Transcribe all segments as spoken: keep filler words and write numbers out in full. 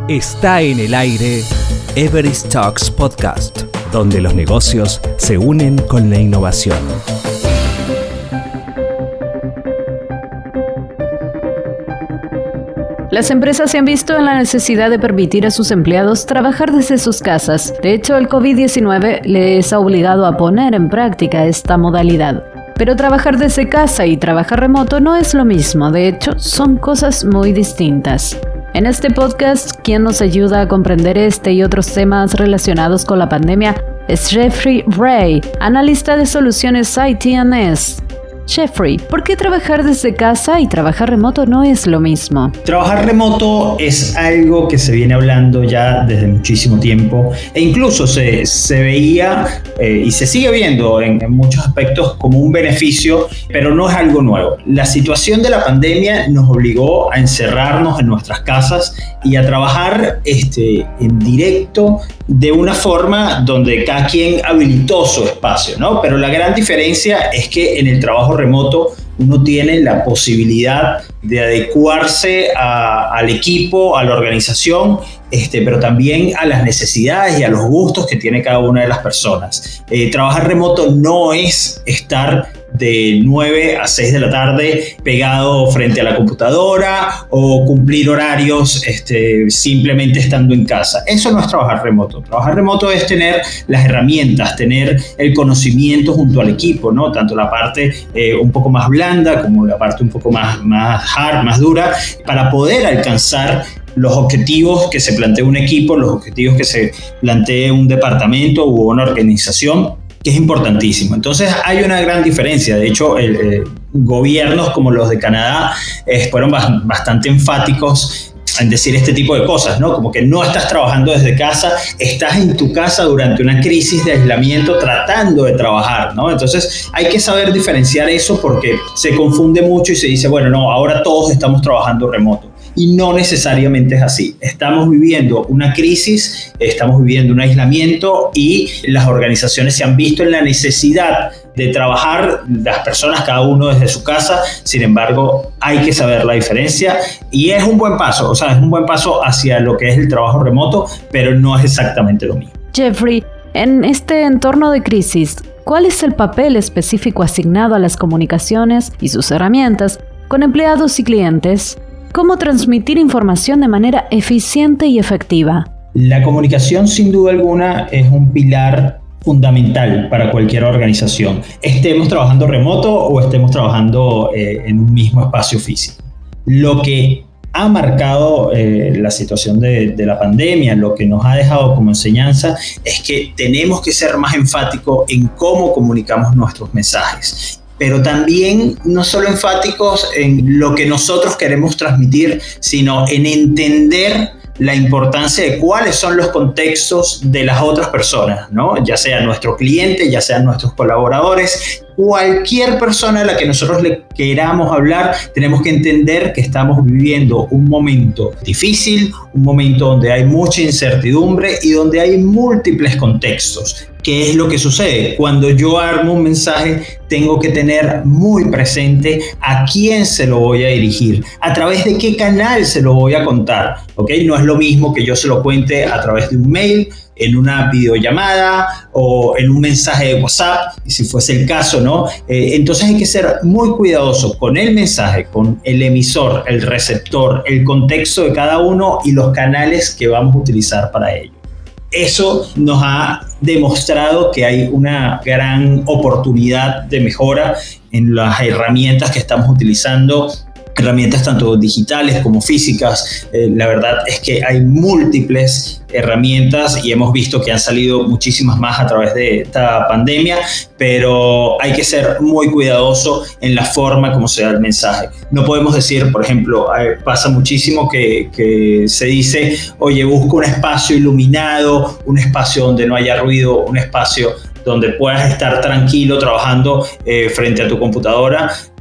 Está en el aire Everest Talks Podcast, donde los negocios se unen con la innovación. Las empresas se han visto en la necesidad de permitir a sus empleados trabajar desde sus casas. De hecho, el covid diecinueve les ha obligado a poner en práctica esta modalidad. Pero trabajar desde casa y trabajar remoto no es lo mismo. De hecho, son cosas muy distintas. En este podcast, quien nos ayuda a comprender este y otros temas relacionados con la pandemia es Jeffrey Ray, analista de soluciones I T and S. Jeffrey, ¿por qué trabajar desde casa y trabajar remoto no es lo mismo? Trabajar remoto es algo que se viene hablando ya desde muchísimo tiempo e incluso se, se veía eh, y se sigue viendo en, en muchos aspectos como un beneficio, pero no es algo nuevo. La situación de la pandemia nos obligó a encerrarnos en nuestras casas y a trabajar este, en directo de una forma donde cada quien habilitó su espacio, ¿no? Pero la gran diferencia es que en el trabajo remoto uno tiene la posibilidad de adecuarse a, al equipo, a la organización, este, pero también a las necesidades y a los gustos que tiene cada una de las personas. Eh, trabajar remoto no es estar de nueve a seis de la tarde pegado frente a la computadora o cumplir horarios este, simplemente estando en casa. Eso no es trabajar remoto. Trabajar remoto es tener las herramientas, tener el conocimiento junto al equipo, ¿no? Tanto la parte eh, un poco más blanda como la parte un poco más, más hard, más dura, para poder alcanzar los objetivos que se plantea un equipo, los objetivos que se plantee un departamento u una organización, que es importantísimo. Entonces hay una gran diferencia. De hecho, el, eh, gobiernos como los de Canadá eh, fueron bas- bastante enfáticos en decir este tipo de cosas, ¿no? Como que no estás trabajando desde casa, estás en tu casa durante una crisis de aislamiento tratando de trabajar, ¿no? Entonces hay que saber diferenciar eso porque se confunde mucho y se dice, bueno, no, ahora todos estamos trabajando remoto. Y no necesariamente es así. Estamos viviendo una crisis, estamos viviendo un aislamiento y las organizaciones se han visto en la necesidad de trabajar las personas cada uno desde su casa. Sin embargo, hay que saber la diferencia y es un buen paso, o sea, es un buen paso hacia lo que es el trabajo remoto, pero no es exactamente lo mismo. Jeffrey, en este entorno de crisis, ¿cuál es el papel específico asignado a las comunicaciones y sus herramientas con empleados y clientes? ¿Cómo transmitir información de manera eficiente y efectiva? La comunicación, sin duda alguna, es un pilar fundamental para cualquier organización, estemos trabajando remoto o estemos trabajando eh, en un mismo espacio físico. Lo que ha marcado eh, la situación de, de la pandemia, lo que nos ha dejado como enseñanza, es que tenemos que ser más enfáticos en cómo comunicamos nuestros mensajes. Pero también no solo enfáticos en lo que nosotros queremos transmitir, sino en entender la importancia de cuáles son los contextos de las otras personas, ¿no? Ya sea nuestro cliente, ya sean nuestros colaboradores, cualquier persona a la que nosotros le queramos hablar, tenemos que entender que estamos viviendo un momento difícil, un momento donde hay mucha incertidumbre y donde hay múltiples contextos. ¿Qué es lo que sucede? Cuando yo armo un mensaje, tengo que tener muy presente a quién se lo voy a dirigir, a través de qué canal se lo voy a contar, ¿ok? No es lo mismo que yo se lo cuente a través de un mail, en una videollamada o en un mensaje de WhatsApp, y si fuese el caso, ¿no? Eh, entonces hay que ser muy cuidadoso con el mensaje, con el emisor, el receptor, el contexto de cada uno y los canales que vamos a utilizar para ello. Eso nos ha demostrado que hay una gran oportunidad de mejora en las herramientas que estamos utilizando, herramientas tanto digitales como físicas. Eh, la verdad es que hay múltiples herramientas y hemos visto que han salido muchísimas más a través de esta pandemia, pero hay que ser muy cuidadoso en la forma como se da el mensaje. No podemos decir, por ejemplo, eh, pasa muchísimo que, que se dice, oye, busca un espacio iluminado, un espacio donde no haya ruido, un espacio donde puedas estar tranquilo trabajando eh, frente a tu computadora,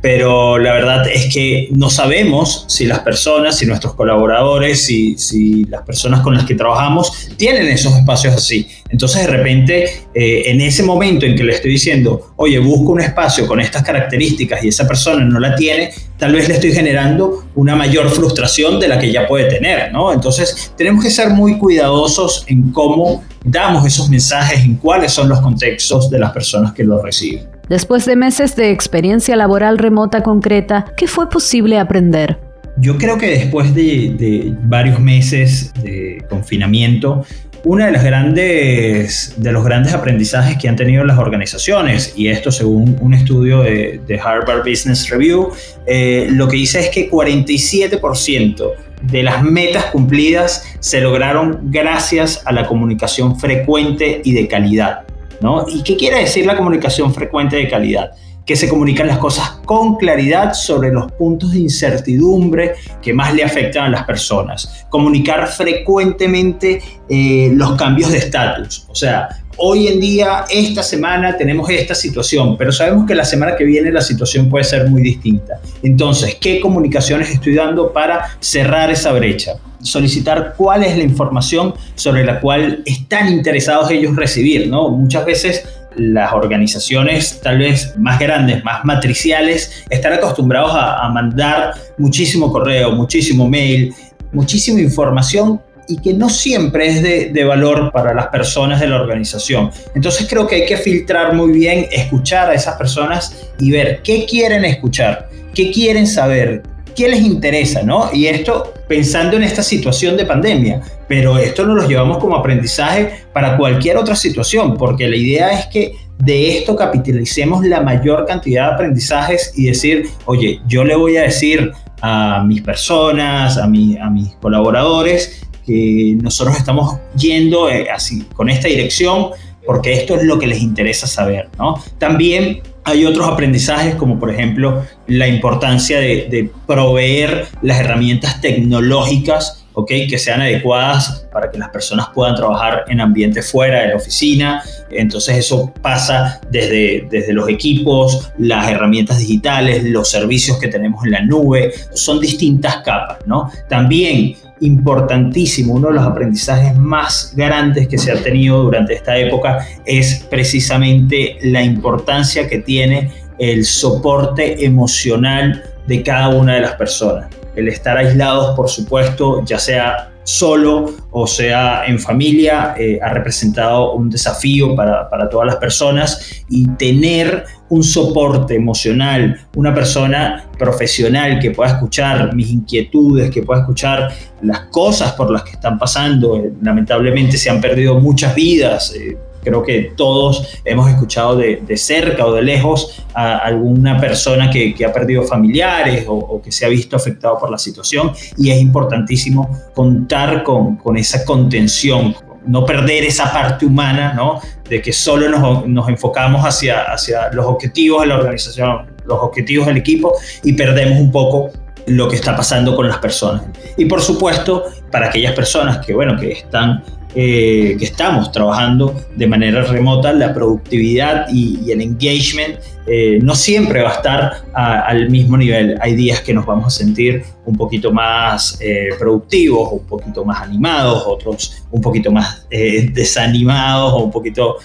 pero la verdad es que no sabemos si las personas, si nuestros colaboradores, si, si las personas con las que trabajamos tienen esos espacios así. Entonces de repente eh, en ese momento en que le estoy diciendo, oye, busco un espacio con estas características y esa persona no la tiene, tal vez le estoy generando una mayor frustración de la que ya puede tener, ¿no? Entonces tenemos que ser muy cuidadosos en cómo damos esos mensajes, en cuáles son los contextos de las personas que los reciben. Después de meses de experiencia laboral remota concreta, ¿qué fue posible aprender? Yo creo que después de, de varios meses de confinamiento, uno de, las grandes, de los grandes aprendizajes que han tenido las organizaciones, y esto según un estudio de, de Harvard Business Review, eh, lo que dice es que cuarenta y siete por ciento de las metas cumplidas se lograron gracias a la comunicación frecuente y de calidad, ¿no? ¿Y qué quiere decir la comunicación frecuente de calidad? Que se comunican las cosas con claridad sobre los puntos de incertidumbre que más le afectan a las personas. Comunicar frecuentemente eh, los cambios de estatus. O sea, hoy en día, esta semana tenemos esta situación, pero sabemos que la semana que viene la situación puede ser muy distinta. Entonces, ¿qué comunicaciones estoy dando para cerrar esa brecha? Solicitar cuál es la información sobre la cual están interesados ellos recibir, ¿no? Muchas veces las organizaciones tal vez más grandes, más matriciales, están acostumbrados a, a mandar muchísimo correo, muchísimo mail, muchísima información y que no siempre es de, de valor para las personas de la organización. Entonces creo que hay que filtrar muy bien, escuchar a esas personas y ver qué quieren escuchar, qué quieren saber, qué les interesa, ¿no? Y esto pensando en esta situación de pandemia, pero esto nos lo llevamos como aprendizaje para cualquier otra situación, porque la idea es que de esto capitalicemos la mayor cantidad de aprendizajes y decir, oye, yo le voy a decir a mis personas, a, mi, a mis colaboradores, que nosotros estamos yendo eh, así, con esta dirección, porque esto es lo que les interesa saber, ¿no? También hay otros aprendizajes, como por ejemplo la importancia de, de proveer las herramientas tecnológicas, ¿okay? Que sean adecuadas para que las personas puedan trabajar en ambientes fuera de la oficina. Entonces eso pasa desde, desde los equipos, las herramientas digitales, los servicios que tenemos en la nube, son distintas capas, ¿no? También importantísimo, uno de los aprendizajes más grandes que se ha tenido durante esta época es precisamente la importancia que tiene el soporte emocional de cada una de las personas. El estar aislados, por supuesto, ya sea solo o sea en familia, eh, ha representado un desafío para, para todas las personas, y tener un soporte emocional, una persona profesional que pueda escuchar mis inquietudes, que pueda escuchar las cosas por las que están pasando. Eh, lamentablemente se han perdido muchas vidas. Eh, Creo que todos hemos escuchado de, de cerca o de lejos a alguna persona que, que ha perdido familiares o, o que se ha visto afectado por la situación, y es importantísimo contar con, con esa contención, no perder esa parte humana, ¿no? De que solo nos, nos enfocamos hacia, hacia los objetivos de la organización, los objetivos del equipo, y perdemos un poco lo que está pasando con las personas. Y por supuesto, para aquellas personas que, bueno, que están Eh, que estamos trabajando de manera remota, la productividad y, y el engagement eh, no siempre va a estar a, al mismo nivel. Hay días que nos vamos a sentir un poquito más eh, productivos, un poquito más animados, otros un poquito más eh, desanimados o un poquito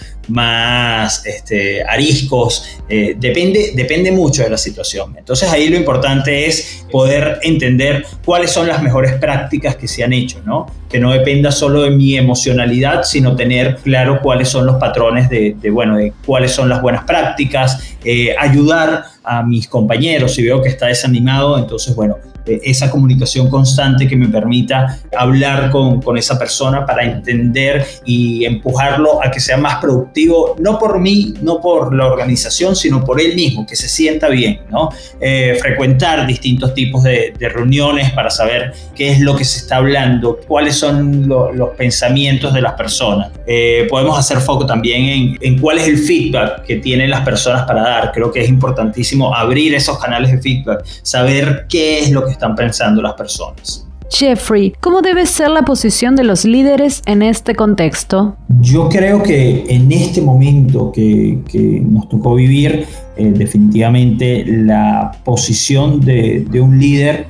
más este, ariscos. Eh, depende, depende mucho de la situación. Entonces ahí lo importante es poder entender cuáles son las mejores prácticas que se han hecho, ¿no? Que no dependa solo de mi emocionalidad, sino tener claro cuáles son los patrones de, de, bueno, de cuáles son las buenas prácticas, eh, ayudar a mis compañeros si veo que está desanimado. Entonces, bueno, eh, esa comunicación constante que me permita hablar con, con esa persona para entender y empujarlo a que sea más productivo, no por mí, no por la organización, sino por él mismo, que se sienta bien, ¿no? Eh, frecuentar distintos tipos de, de reuniones para saber qué es lo que se está hablando, cuáles son lo, los pensamientos de las personas. Eh, podemos hacer foco también en, en cuál es el feedback que tienen las personas para dar. Creo que es importantísimo abrir esos canales de feedback, saber qué es lo que están pensando las personas. Jeffrey, ¿cómo debe ser la posición de los líderes en este contexto? Yo creo que en este momento que, que nos tocó vivir, eh, definitivamente la posición de, de un líder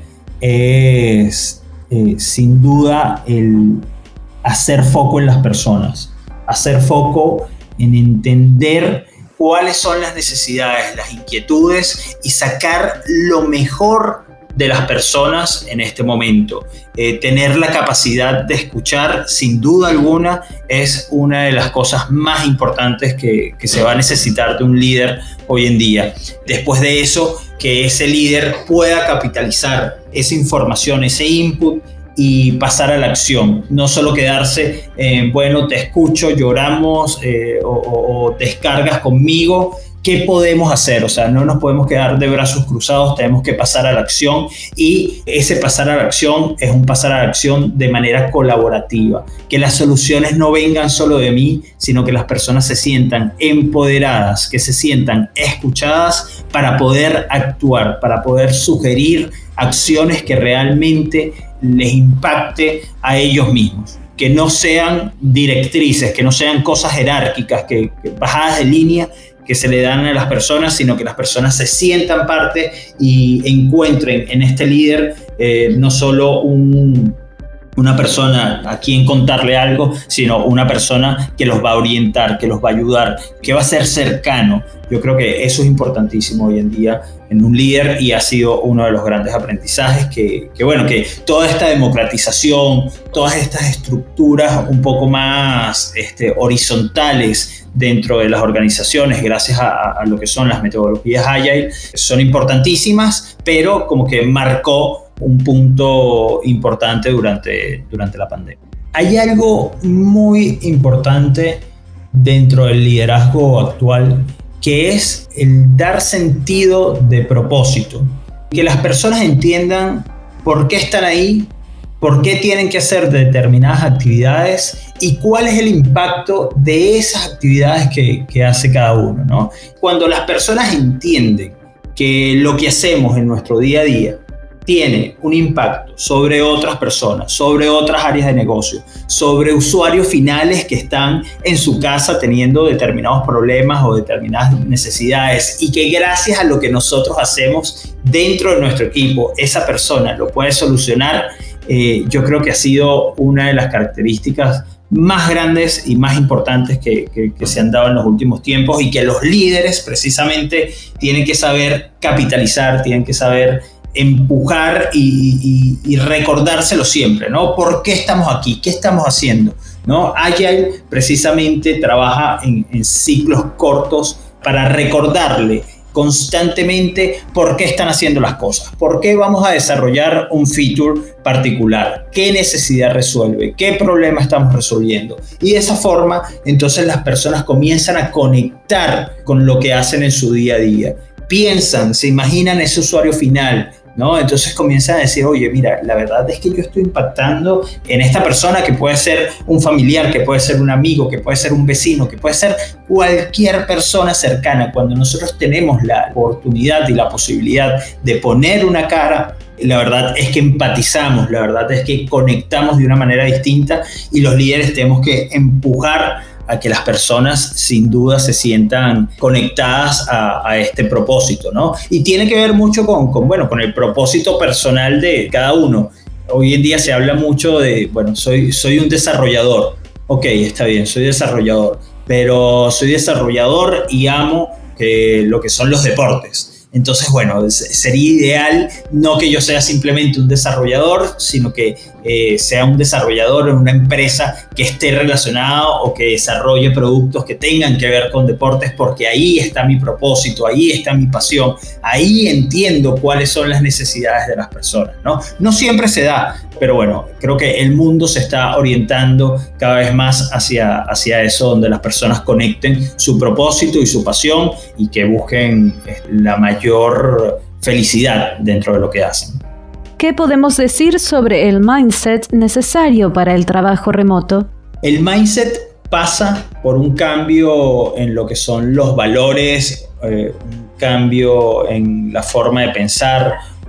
es eh, sin duda el hacer foco en las personas, hacer foco en entender cuáles son las necesidades, las inquietudes y sacar lo mejor de las personas en este momento. Eh, tener la capacidad de escuchar, sin duda alguna, es una de las cosas más importantes que, que se va a necesitar de un líder hoy en día. Después de eso, que ese líder pueda capitalizar esa información, ese input y pasar a la acción. No solo quedarse en, eh, bueno, te escucho, lloramos eh, o, o, o descargas conmigo. ¿Qué podemos hacer? O sea, no nos podemos quedar de brazos cruzados, tenemos que pasar a la acción, y ese pasar a la acción es un pasar a la acción de manera colaborativa. Que las soluciones no vengan solo de mí, sino que las personas se sientan empoderadas, que se sientan escuchadas para poder actuar, para poder sugerir acciones que realmente les impacte a ellos mismos. Que no sean directrices, que no sean cosas jerárquicas, que, que bajadas de línea, que se le dan a las personas, sino que las personas se sientan parte y encuentren en este líder eh, no solo un, una persona a quien contarle algo, sino una persona que los va a orientar, que los va a ayudar, que va a ser cercano. Yo creo que eso es importantísimo hoy en día en un líder, y ha sido uno de los grandes aprendizajes que, que bueno, que toda esta democratización, todas estas estructuras un poco más este, horizontales dentro de las organizaciones, gracias a, a lo que son las metodologías Agile, son importantísimas, pero como que marcó un punto importante durante, durante la pandemia. Hay algo muy importante dentro del liderazgo actual, que es el dar sentido de propósito. Que las personas entiendan por qué están ahí, por qué tienen que hacer determinadas actividades y cuál es el impacto de esas actividades que, que hace cada uno, ¿no? Cuando las personas entienden que lo que hacemos en nuestro día a día tiene un impacto sobre otras personas, sobre otras áreas de negocio, sobre usuarios finales que están en su casa teniendo determinados problemas o determinadas necesidades, y que gracias a lo que nosotros hacemos dentro de nuestro equipo, esa persona lo puede solucionar, eh, yo creo que ha sido una de las características más grandes y más importantes que, que, que se han dado en los últimos tiempos, y que los líderes precisamente tienen que saber capitalizar, tienen que saber empujar y, y, y recordárselo siempre, ¿no? ¿Por qué estamos aquí? ¿Qué estamos haciendo? ¿No? Agile precisamente trabaja en, en ciclos cortos para recordarle constantemente por qué están haciendo las cosas, por qué vamos a desarrollar un feature particular, qué necesidad resuelve, qué problema estamos resolviendo. Y de esa forma, entonces las personas comienzan a conectar con lo que hacen en su día a día. Piensan, se imaginan ese usuario final, ¿no? Entonces comienzan a decir, oye, mira, la verdad es que yo estoy impactando en esta persona, que puede ser un familiar, que puede ser un amigo, que puede ser un vecino, que puede ser cualquier persona cercana. Cuando nosotros tenemos la oportunidad y la posibilidad de poner una cara, la verdad es que empatizamos, la verdad es que conectamos de una manera distinta, y los líderes tenemos que empujar a que las personas sin duda se sientan conectadas a, a este propósito, ¿no? Y tiene que ver mucho con, con, bueno, con el propósito personal de cada uno. Hoy en día se habla mucho de, bueno, soy, soy un desarrollador. Ok, está bien, soy desarrollador, pero soy desarrollador y amo que, lo que son los deportes. Entonces, bueno, sería ideal no que yo sea simplemente un desarrollador, sino que eh, sea un desarrollador en una empresa que esté relacionado o que desarrolle productos que tengan que ver con deportes, porque ahí está mi propósito, ahí está mi pasión, ahí entiendo cuáles son las necesidades de las personas, ¿no? No siempre se da, pero bueno, creo que el mundo se está orientando cada vez más hacia, hacia eso, donde las personas conecten su propósito y su pasión y que busquen la mayor felicidad dentro de lo que hacen. ¿Qué podemos decir sobre el mindset necesario para el trabajo remoto? El mindset pasa por un cambio en lo que son los valores, eh, un cambio en la forma de pensar,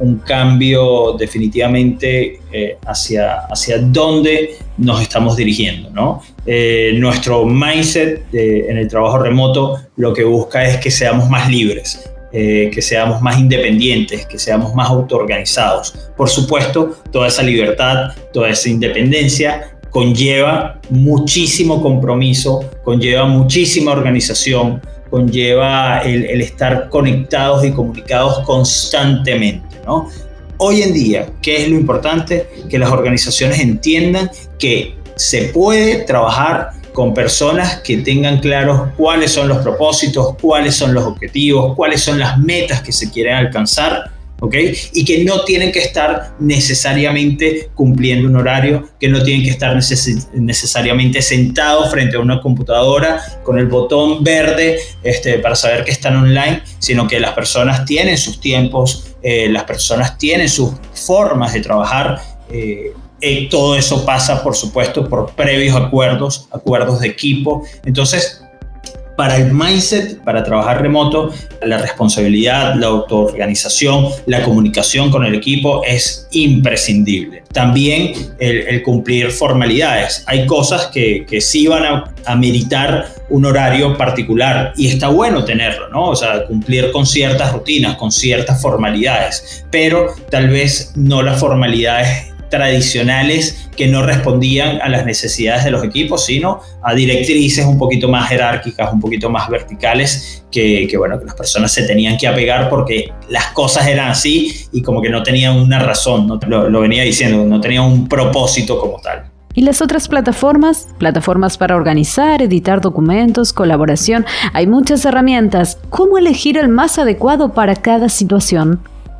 un cambio definitivamente eh, hacia, hacia dónde nos estamos dirigiendo, ¿no? Eh, nuestro mindset eh, en el trabajo remoto lo que busca es que seamos más libres, eh, que seamos más independientes, que seamos más autoorganizados. Por supuesto, toda esa libertad, toda esa independencia conlleva muchísimo compromiso, conlleva muchísima organización, conlleva el, el estar conectados y comunicados constantemente, ¿no? Hoy en día, ¿qué es lo importante? Que las organizaciones entiendan que se puede trabajar con personas que tengan claros cuáles son los propósitos, cuáles son los objetivos, cuáles son las metas que se quieren alcanzar, ¿ok? Y que no tienen que estar necesariamente cumpliendo un horario, que no tienen que estar neces- necesariamente sentados frente a una computadora con el botón verde este, para saber que están online, sino que las personas tienen sus tiempos, eh, las personas tienen sus formas de trabajar. Eh, eh, todo eso pasa, por supuesto, por previos acuerdos, acuerdos de equipo. Entonces, para el mindset, para trabajar remoto, la responsabilidad, la autoorganización, la comunicación con el equipo es imprescindible. También el, el cumplir formalidades. Hay cosas que, que sí van a, a meritar un horario particular y está bueno tenerlo, ¿no? O sea, cumplir con ciertas rutinas, con ciertas formalidades, pero tal vez no las formalidades tradicionales que no respondían a las necesidades de los equipos, sino a directrices un poquito más jerárquicas, un poquito más verticales, que, que, bueno, que las personas se tenían que apegar porque las cosas eran así y como que no tenían una razón, ¿no? lo, lo venía diciendo, no tenían un propósito como tal. ¿Y las otras plataformas? Plataformas para organizar, editar documentos, colaboración. Hay muchas herramientas. ¿Cómo elegir el más adecuado para cada situación?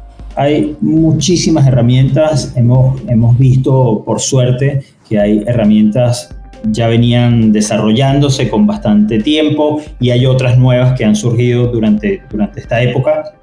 Hay muchísimas herramientas, hemos, hemos visto por suerte que hay herramientas ya venían desarrollándose con bastante tiempo y hay otras nuevas que han surgido durante, durante esta época.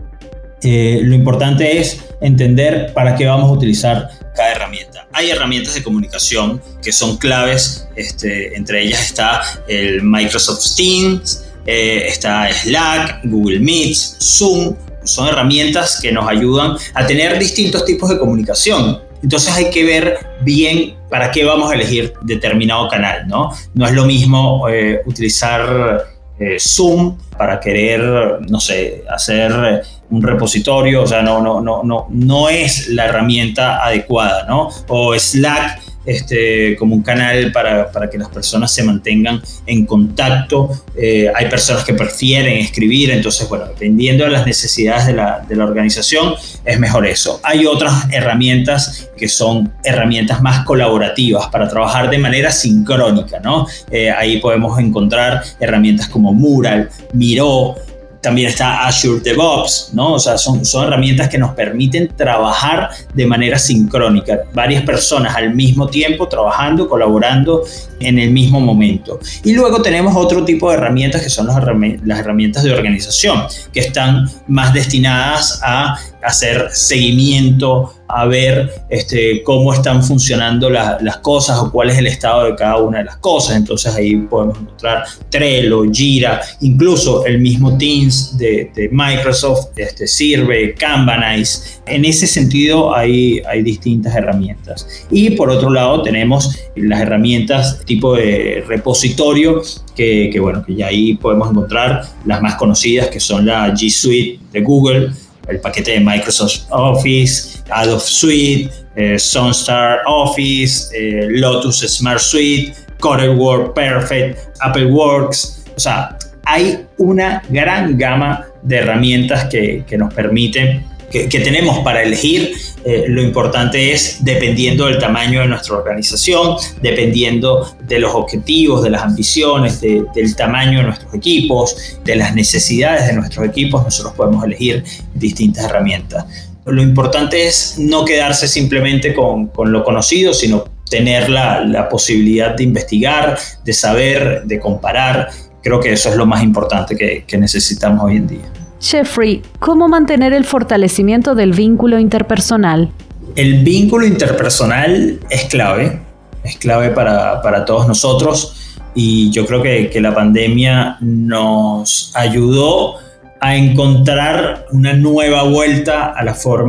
Eh, lo importante es entender para qué vamos a utilizar cada herramienta. Hay herramientas de comunicación que son claves, este, entre ellas está el Microsoft Teams, eh, está Slack, Google Meet, Zoom. Son herramientas que nos ayudan a tener distintos tipos de comunicación. Entonces hay que ver bien para qué vamos a elegir determinado canal, ¿no? No es lo mismo eh, utilizar eh, Zoom para querer, no sé, hacer un repositorio, o sea, no, no, no, no, no es la herramienta adecuada, ¿no? O Slack Este, como un canal para, para que las personas se mantengan en contacto. Eh, hay personas que prefieren escribir, entonces, bueno, dependiendo de las necesidades de la, de la organización, es mejor eso. Hay otras herramientas que son herramientas más colaborativas para trabajar de manera sincrónica, ¿no? Eh, ahí podemos encontrar herramientas como Mural, Miro. También está Azure DevOps, ¿no? O sea, son, son herramientas que nos permiten trabajar de manera sincrónica, varias personas al mismo tiempo trabajando, colaborando en el mismo momento. Y luego tenemos otro tipo de herramientas que son las, herramientas, las herramientas de organización, que están más destinadas a hacer seguimiento, a ver este, cómo están funcionando la, las cosas o cuál es el estado de cada una de las cosas. Entonces ahí podemos encontrar Trello, Jira, incluso el mismo Teams de, de Microsoft este, sirve, Kanbanize. En ese sentido hay, hay distintas herramientas. Y por otro lado tenemos las herramientas tipo de repositorio que, que, bueno, que ya ahí podemos encontrar las más conocidas, que son la G Suite de Google, el paquete de Microsoft Office, Adobe Suite, eh, Sunstar Office, eh, Lotus Smart Suite, CorelWorks Perfect, Apple Works. O sea, hay una gran gama de herramientas que, que nos permiten, que, que tenemos para elegir. Eh, lo importante es, dependiendo del tamaño de nuestra organización, dependiendo de los objetivos, de las ambiciones, de, del tamaño de nuestros equipos, de las necesidades de nuestros equipos, nosotros podemos elegir distintas herramientas. Lo importante es no quedarse simplemente con, con lo conocido, sino tener la, la posibilidad de investigar, de saber, de comparar. Creo que eso es lo más importante que, que necesitamos hoy en día. Jeffrey, ¿cómo mantener el fortalecimiento del vínculo interpersonal? El vínculo interpersonal es clave, es clave para, para todos nosotros, y yo creo que, que la pandemia nos ayudó a encontrar una nueva vuelta a la forma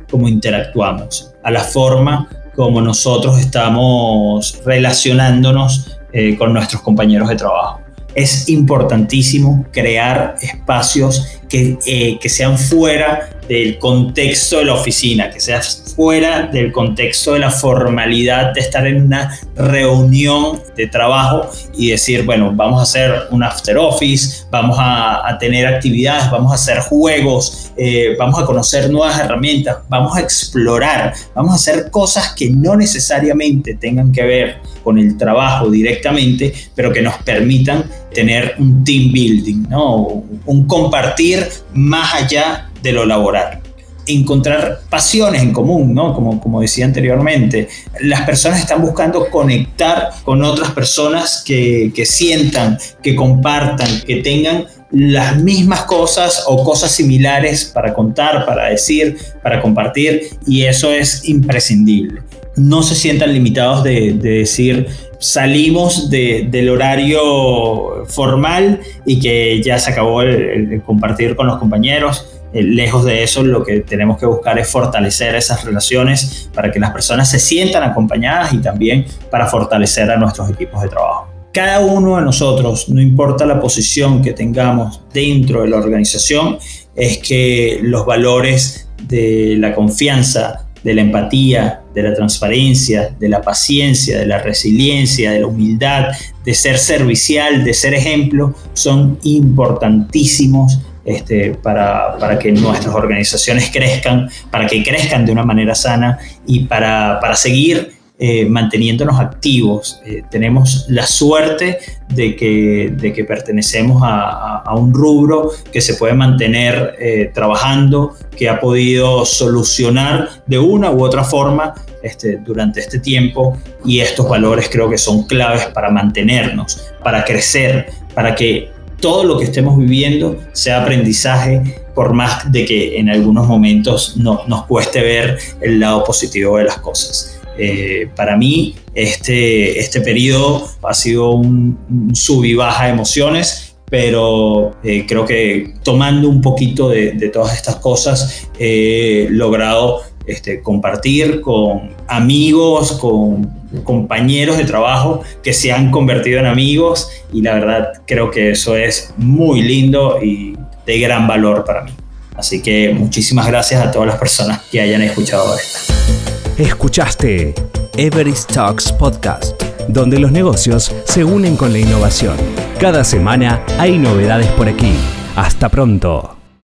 como interactuamos, a la forma como nosotros estamos relacionándonos eh, con nuestros compañeros de trabajo. Es importantísimo crear espacios que, eh, que sean fuera del contexto de la oficina, que sean fuera del contexto de la formalidad de estar en una reunión de trabajo y decir, bueno, vamos a hacer un after office, vamos a, a tener actividades, vamos a hacer juegos, eh, vamos a conocer nuevas herramientas, vamos a explorar, vamos a hacer cosas que no necesariamente tengan que ver con el trabajo directamente, pero que nos permitan tener un team building, ¿no? Un compartir más allá de lo laboral. Encontrar pasiones en común, ¿no? Como, como decía anteriormente, las personas están buscando conectar con otras personas que, que sientan, que compartan, que tengan las mismas cosas o cosas similares para contar, para decir, para compartir, y eso es imprescindible. No se sientan limitados de, de decir salimos de, del horario formal y que ya se acabó el, el compartir con los compañeros. Eh, lejos de eso, lo que tenemos que buscar es fortalecer esas relaciones para que las personas se sientan acompañadas y también para fortalecer a nuestros equipos de trabajo. Cada uno de nosotros, no importa la posición que tengamos dentro de la organización, es que los valores de la confianza, de la empatía, de la transparencia, de la paciencia, de la resiliencia, de la humildad, de ser servicial, de ser ejemplo, son importantísimos este, para, para que nuestras organizaciones crezcan, para que crezcan de una manera sana y para, para seguir Eh, manteniéndonos activos. Eh, tenemos la suerte de que, de que pertenecemos a, a, a un rubro que se puede mantener eh, trabajando, que ha podido solucionar de una u otra forma este, durante este tiempo, y estos valores creo que son claves para mantenernos, para crecer, para que todo lo que estemos viviendo sea aprendizaje, por más de que en algunos momentos no, nos cueste ver el lado positivo de las cosas. Eh, para mí este, este periodo ha sido un, un sub y baja de emociones, pero eh, creo que tomando un poquito de, de todas estas cosas he logrado este, compartir con amigos, con compañeros de trabajo que se han convertido en amigos, y la verdad creo que eso es muy lindo y de gran valor para mí. Así que muchísimas gracias a todas las personas que hayan escuchado esto. Escuchaste Everest Talks Podcast, donde los negocios se unen con la innovación. Cada semana hay novedades por aquí. Hasta pronto.